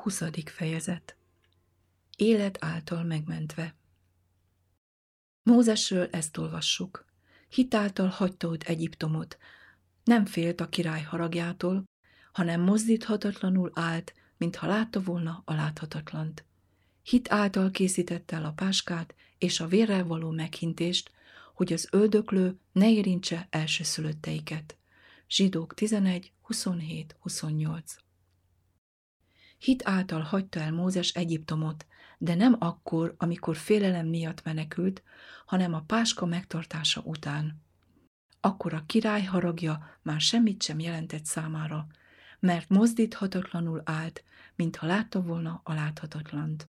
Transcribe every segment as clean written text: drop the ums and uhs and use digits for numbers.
20. fejezet. Élet által megmentve. Mózesről ezt olvassuk. Hit által hagyta ott Egyiptomot. Nem félt a király haragjától, hanem mozdíthatatlanul állt, mintha látta volna a láthatatlant. Hit által készítette el a páskát és a vérrel való meghintést, hogy az öldöklő ne érintse elsőszülötteiket. Zsidók 11, 27-28. Hit által hagyta el Mózes Egyiptomot, de nem akkor, amikor félelem miatt menekült, hanem a páska megtartása után. Akkor a király haragja már semmit sem jelentett számára, mert mozdíthatatlanul állt, mintha látta volna a láthatatlant.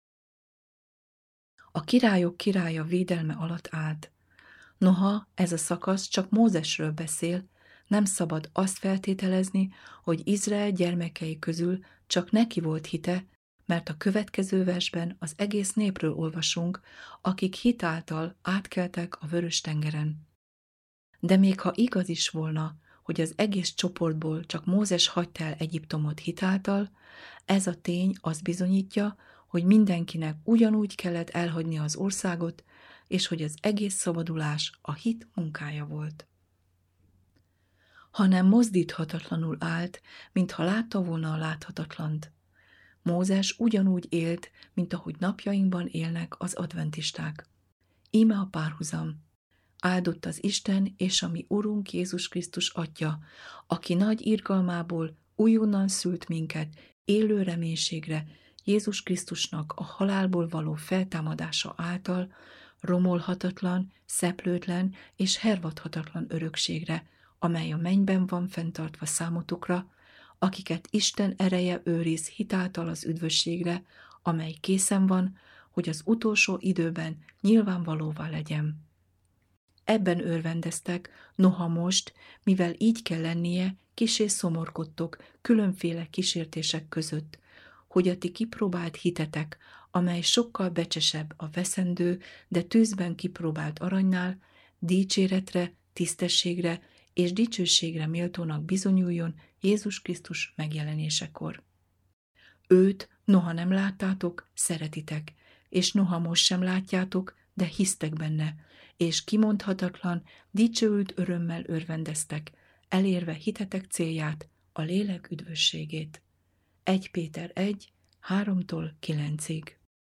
A királyok királya védelme alatt állt. Noha ez a szakasz csak Mózesről beszél, nem szabad azt feltételezni, hogy Izrael gyermekei közül csak neki volt hite, mert a következő versben az egész népről olvasunk, akik hit által átkeltek a Vörös-tengeren. De még ha igaz is volna, hogy az egész csoportból csak Mózes hagyta el Egyiptomot hit által, ez a tény azt bizonyítja, hogy mindenkinek ugyanúgy kellett elhagyni az országot, és hogy az egész szabadulás a hit munkája volt. Hanem mozdíthatatlanul állt, mintha látta volna a láthatatlant. Mózes ugyanúgy élt, mint ahogy napjainkban élnek az adventisták. Íme a párhuzam. Áldott az Isten és a mi Urunk Jézus Krisztus Atya, aki nagy irgalmából újonnan szült minket élő reménységre, Jézus Krisztusnak a halálból való feltámadása által romolhatatlan, szeplőtlen és hervadhatatlan örökségre, amely a mennyben van fenntartva számotokra, akiket Isten ereje őriz hitáltal az üdvösségre, amely készen van, hogy az utolsó időben nyilvánvalóvá legyen. Ebben örvendeztek, noha most, mivel így kell lennie, kissé szomorkodtok különféle kísértések között, hogy a ti kipróbált hitetek, amely sokkal becsesebb a veszendő, de tűzben kipróbált aranynál, dicséretre, tisztességre és dicsőségre méltónak bizonyuljon Jézus Krisztus megjelenésekor. Őt, noha nem láttátok, szeretitek, és noha most sem látjátok, de hisztek benne, és kimondhatatlan, dicsőült örömmel örvendeztek, elérve hitetek célját, a lélek üdvösségét. 1 Péter 1, 3-9.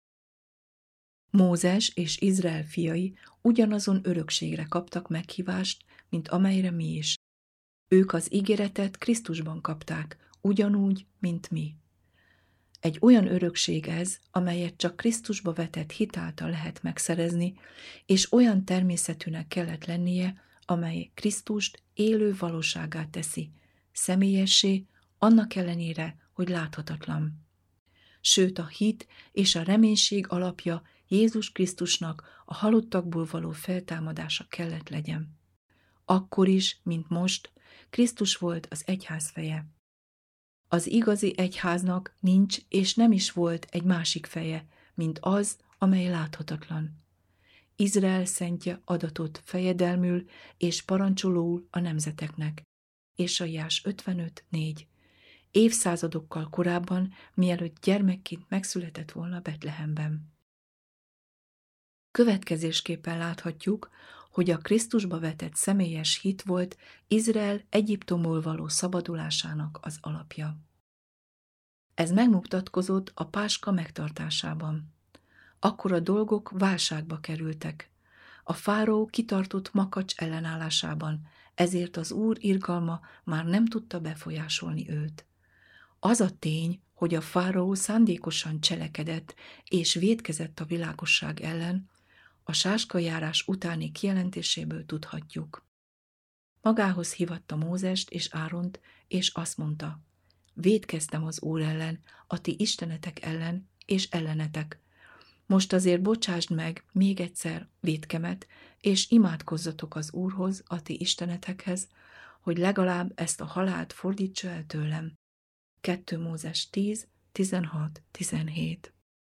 Mózes és Izrael fiai ugyanazon örökségre kaptak meghívást, mint amelyre mi is. Ők az ígéretet Krisztusban kapták, ugyanúgy, mint mi. Egy olyan örökség ez, amelyet csak Krisztusba vetett hit által lehet megszerezni, és olyan természetűnek kellett lennie, amely Krisztust élő valóságát teszi, személyessé, annak ellenére, hogy láthatatlan. Sőt, a hit és a reménység alapja Jézus Krisztusnak a halottakból való feltámadása kellett legyen. Akkor is, mint most, Krisztus volt az egyház feje. Az igazi egyháznak nincs és nem is volt egy másik feje, mint az, amely láthatatlan. Izrael szentje adatott fejedelmül és parancsolóul a nemzeteknek. Ésaiás 55:4. Évszázadokkal korábban, mielőtt gyermekként megszületett volna Betlehemben. Következésképpen láthatjuk, hogy a Krisztusba vetett személyes hit volt Izrael Egyiptomból való szabadulásának az alapja. Ez megmutatkozott a páska megtartásában. Akkor a dolgok válságba kerültek. A fáraó kitartott makacs ellenállásában, ezért az Úr irgalma már nem tudta befolyásolni őt. Az a tény, hogy a fáraó szándékosan cselekedett és vétkezett a világosság ellen, a sáskajárás utáni kijelentéséből tudhatjuk. Magához hívatta Mózest és Áront, és azt mondta: vétkeztem az Úr ellen, a ti istenetek ellen és ellenetek. Most azért bocsásd meg még egyszer vétkemet, és imádkozzatok az Úrhoz, a ti istenetekhez, hogy legalább ezt a halált fordítsa el tőlem. 2 Mózes 10, 16-17.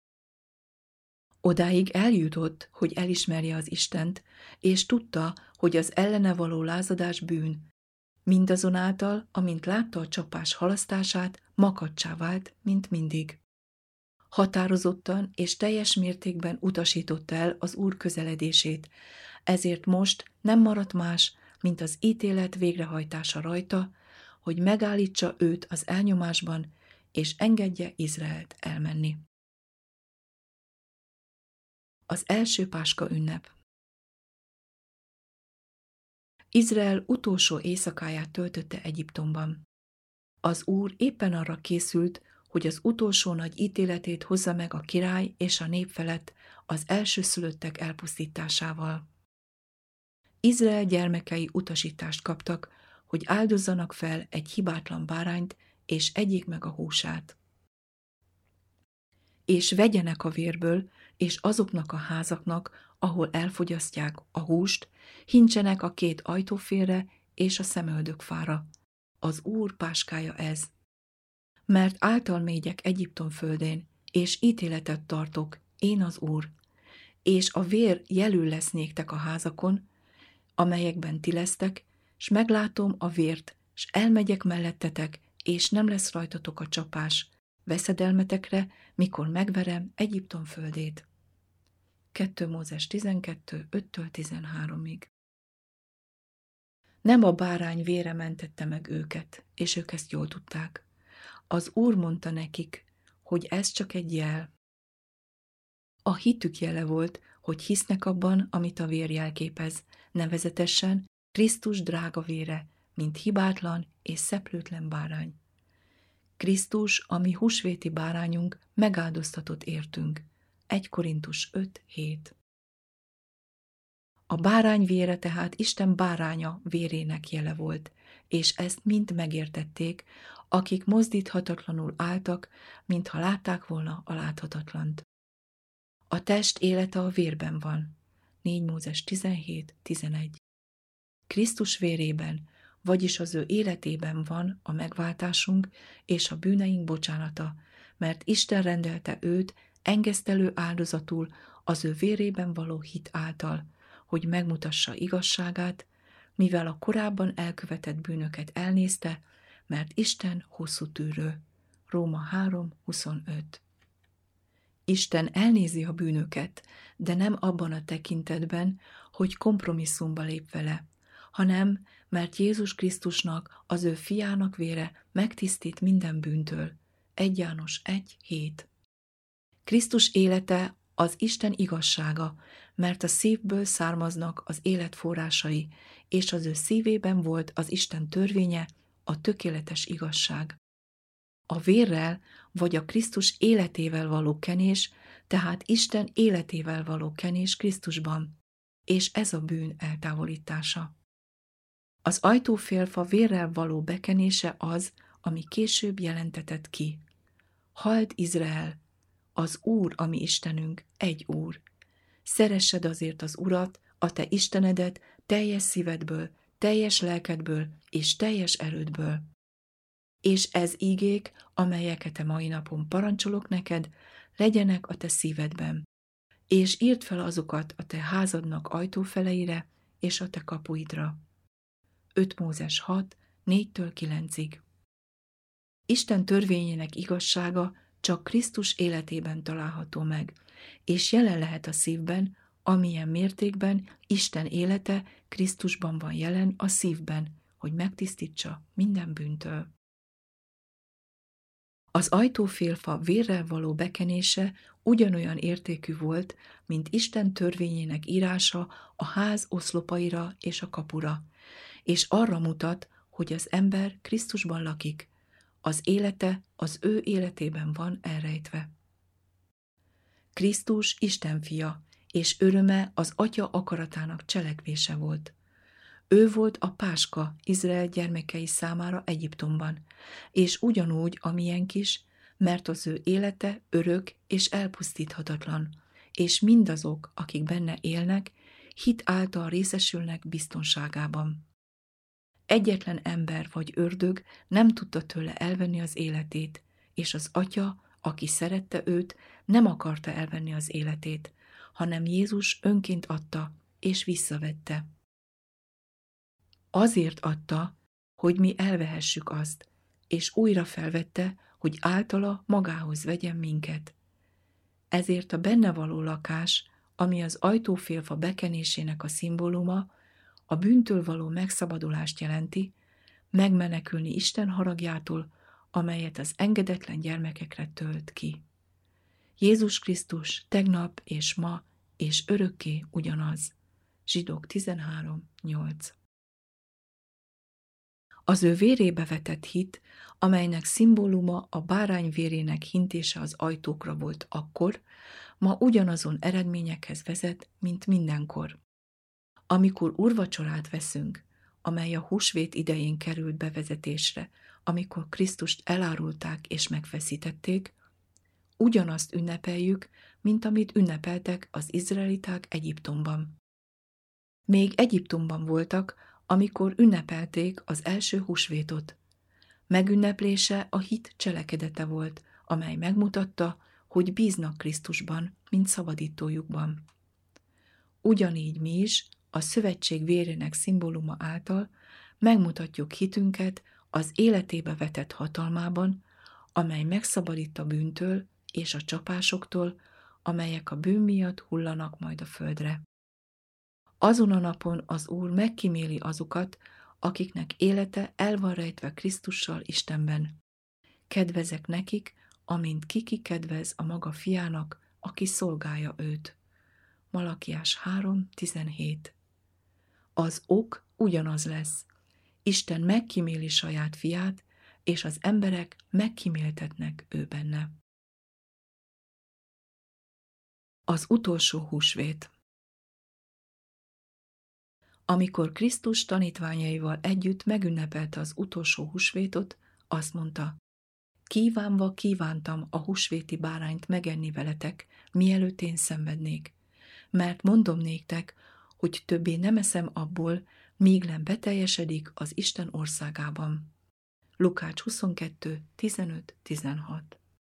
Odáig eljutott, hogy elismerje az Istent, és tudta, hogy az ellene való lázadás bűn, Mindazonáltal, amint látta a csapás halasztását, makadsá vált, mint mindig. Határozottan és teljes mértékben utasította el az Úr közeledését, ezért most nem maradt más, mint az ítélet végrehajtása rajta, hogy megállítsa őt az elnyomásban, és engedje Izraelt elmenni. Az első Páska ünnep. Izrael utolsó éjszakáját töltötte Egyiptomban. Az Úr éppen arra készült, hogy az utolsó nagy ítéletét hozza meg a király és a nép felett az elsőszülöttek elpusztításával. Izrael gyermekei utasítást kaptak, hogy áldozzanak fel egy hibátlan bárányt, és egyék meg a húsát. És vegyenek a vérből, és azoknak a házaknak, ahol elfogyasztják a húst, hincsenek a 2 ajtófélre és a szemöldökfára. Az Úr páskája ez. Mert által mégyek Egyiptom földén, és ítéletet tartok, én az Úr, és a vér jelül lesz néktek a házakon, amelyekben ti lesztek, s meglátom a vért, s elmegyek mellettetek, és nem lesz rajtatok a csapás, veszedelmetekre, mikor megverem Egyiptom földét. 2 Mózes 12, 5-13-ig. Nem a bárány vére mentette meg őket, és ők ezt jól tudták. Az Úr mondta nekik, hogy ez csak egy jel. A hitük jele volt, hogy hisznek abban, amit a vér jelképez, nevezetesen Krisztus drága vére, mint hibátlan és szeplőtlen bárány. Krisztus, a mi húsvéti bárányunk, megáldoztatott értünk. 1 Korintus 5:7. A bárány vére tehát Isten báránya vérének jele volt, és ezt mind megértették, akik mozdíthatatlanul álltak, mintha látták volna a láthatatlant. A test élete a vérben van. 4 Mózes 17:11. Krisztus vérében, vagyis az ő életében van a megváltásunk és a bűneink bocsánata, mert Isten rendelte őt engesztelő áldozatul az ő vérében való hit által, hogy megmutassa igazságát, mivel a korábban elkövetett bűnöket elnézte, mert Isten hosszú tűrő. Róma 3:25. Isten elnézi a bűnöket, de nem abban a tekintetben, hogy kompromisszumba lép vele, hanem mert Jézus Krisztusnak, az ő fiának vére megtisztít minden bűntől. 1 János 1:7. Krisztus élete az Isten igazsága, mert a szívből származnak az élet forrásai, és az ő szívében volt az Isten törvénye, a tökéletes igazság. A vérrel vagy a Krisztus életével való kenés, tehát Isten életével való kenés Krisztusban, és ez a bűn eltávolítása. Az ajtófélfa vérrel való bekenése az, ami később jelentetett ki. Halld Izrael, az Úr, a mi Istenünk, egy Úr. Szeressed azért az Urat, a te Istenedet teljes szívedből, teljes lelkedből és teljes erődből. És ez ígék, amelyeket a mai napon parancsolok neked, legyenek a te szívedben. És írd fel azokat a te házadnak ajtófeleire és a te kapuidra. 5 Mózes 6, 4-9. Isten törvényének igazsága csak Krisztus életében található meg, és jelen lehet a szívben, amilyen mértékben Isten élete Krisztusban van jelen a szívben, hogy megtisztítsa minden bűntől. Az ajtófélfa vérrel való bekenése ugyanolyan értékű volt, mint Isten törvényének írása a ház oszlopaira és a kapura, és arra mutat, hogy az ember Krisztusban lakik, az élete az ő életében van elrejtve. Krisztus Isten fia, és öröme az Atya akaratának cselekvése volt. Ő volt a páska Izrael gyermekei számára Egyiptomban, és ugyanúgy a miénk is, mert az ő élete örök és elpusztíthatatlan, és mindazok, akik benne élnek, hit által részesülnek biztonságában. Egyetlen ember vagy ördög nem tudta tőle elvenni az életét, és az Atya, aki szerette őt, nem akarta elvenni az életét, hanem Jézus önként adta és visszavette. Azért adta, hogy mi elvehessük azt, és újra felvette, hogy általa magához vegyen minket. Ezért a benne való lakás, ami az ajtófélfa bekenésének a szimbóluma, a bűntől való megszabadulást jelenti, megmenekülni Isten haragjától, amelyet az engedetlen gyermekekre tölt ki. Jézus Krisztus tegnap és ma és örökké ugyanaz. Zsidók 13:8. Az ő vérébe vetett hit, amelynek szimbóluma a bárány vérének hintése az ajtókra volt akkor, ma ugyanazon eredményekhez vezet, mint mindenkor. Amikor úrvacsorát veszünk, amely a húsvét idején került bevezetésre, amikor Krisztust elárulták és megfeszítették, ugyanazt ünnepeljük, mint amit ünnepeltek az izraeliták Egyiptomban. Még Egyiptomban voltak, amikor ünnepelték az első húsvétot. Megünneplése a hit cselekedete volt, amely megmutatta, hogy bíznak Krisztusban, mint szabadítójukban. Ugyanígy mi is, a szövetség vérének szimbóluma által megmutatjuk hitünket az életébe vetett hatalmában, amely megszabadít a bűntől és a csapásoktól, amelyek a bűn miatt hullanak majd a földre. Azon a napon az Úr megkíméli azokat, akiknek élete el van rejtve Krisztussal Istenben. Kedvezek nekik, amint ki kedvez a maga fiának, aki szolgálja őt. Malakiás 3:17. Az ok ugyanaz lesz. Isten megkíméli saját fiát, és az emberek megkíméltetnek ő benne. Az utolsó húsvét. Amikor Krisztus tanítványaival együtt megünnepelte az utolsó húsvétot, azt mondta: kívánva kívántam a húsvéti bárányt megenni veletek, mielőtt én szenvednék. Mert mondom néktek, hogy többé nem eszem abból, míg nem beteljesedik az Isten országában. Lukács 22:15-16.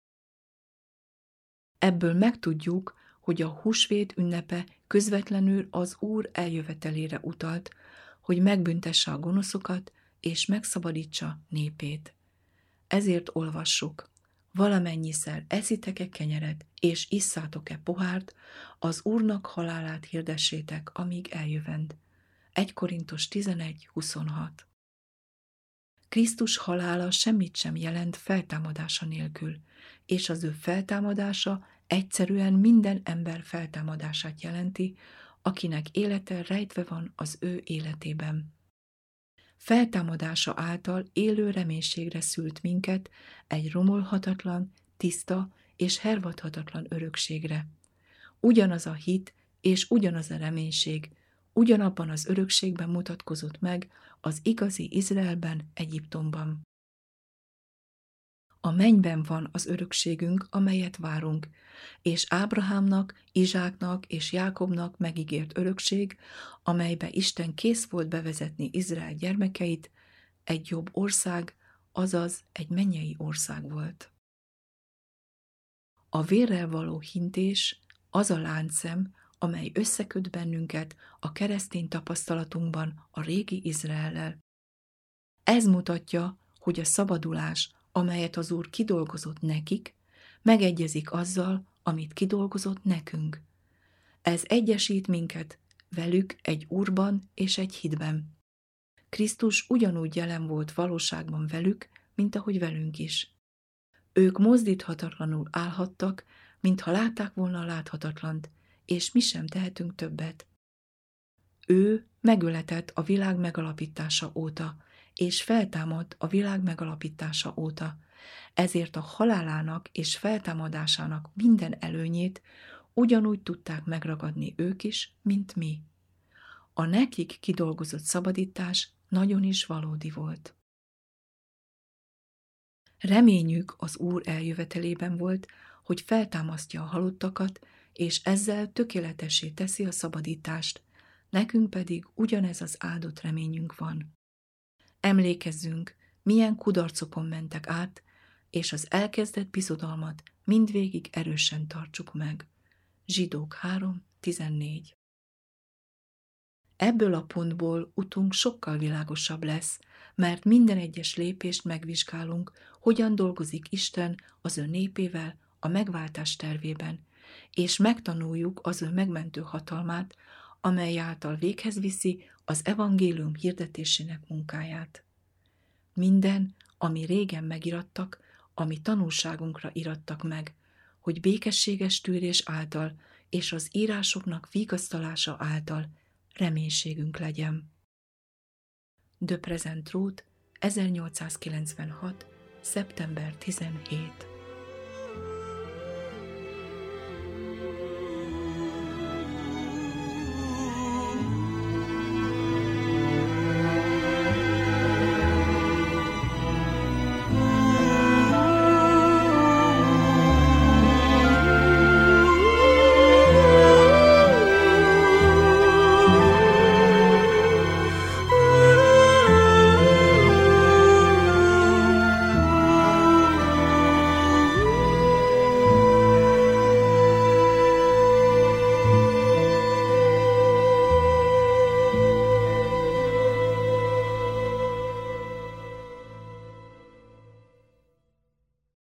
Ebből megtudjuk, hogy a húsvét ünnepe közvetlenül az Úr eljövetelére utalt, hogy megbüntesse a gonoszokat és megszabadítsa népét. Ezért olvassuk: valamennyiszer eszitek-e kenyeret és isszátok-e pohárt, az Úrnak halálát hirdessétek, amíg eljövend. 1 Korintus 11:26. Krisztus halála semmit sem jelent feltámadása nélkül, és az ő feltámadása egyszerűen minden ember feltámadását jelenti, akinek élete rejtve van az ő életében. Feltámadása által élő reménységre szült minket egy romolhatatlan, tiszta és hervadhatatlan örökségre. Ugyanaz a hit és ugyanaz a reménység, ugyanabban az örökségben mutatkozott meg az igazi Izraelben, Egyiptomban. A mennyben van az örökségünk, amelyet várunk, és Ábrahámnak, Izsáknak és Jákobnak megígért örökség, amelybe Isten kész volt bevezetni Izrael gyermekeit, egy jobb ország, azaz egy mennyei ország volt. A vérrel való hintés az a láncszem, amely összeköt bennünket a keresztény tapasztalatunkban a régi Izraellel. Ez mutatja, hogy a szabadulás, amelyet az Úr kidolgozott nekik, megegyezik azzal, amit kidolgozott nekünk. Ez egyesít minket velük egy Úrban és egy hitben. Krisztus ugyanúgy jelen volt valóságban velük, mint ahogy velünk is. Ők mozdíthatatlanul állhattak, mintha látták volna a láthatatlant, és mi sem tehetünk többet. Ő megöletett a világ megalapítása óta, és feltámadt a világ megalapítása óta, ezért a halálának és feltámadásának minden előnyét ugyanúgy tudták megragadni ők is, mint mi. A nekik kidolgozott szabadítás nagyon is valódi volt. Reményük az Úr eljövetelében volt, hogy feltámasztja a halottakat, és ezzel tökéletessé teszi a szabadítást, nekünk pedig ugyanez az áldott reményünk van. Emlékezzünk, milyen kudarcokon mentek át, és az elkezdett bizodalmat mindvégig erősen tartsuk meg. Zsidók 3:14. Ebből a pontból utunk sokkal világosabb lesz, mert minden egyes lépést megvizsgálunk, hogyan dolgozik Isten az ő népével a megváltás tervében, és megtanuljuk az ő megmentő hatalmát, amely által véghez viszi az evangélium hirdetésének munkáját. Minden, ami régen megirattak, ami tanulságunkra irattak meg, hogy békességes tűrés által és az írásoknak vigasztalása által reménységünk legyen. De Present Truth, 1896. szeptember 17.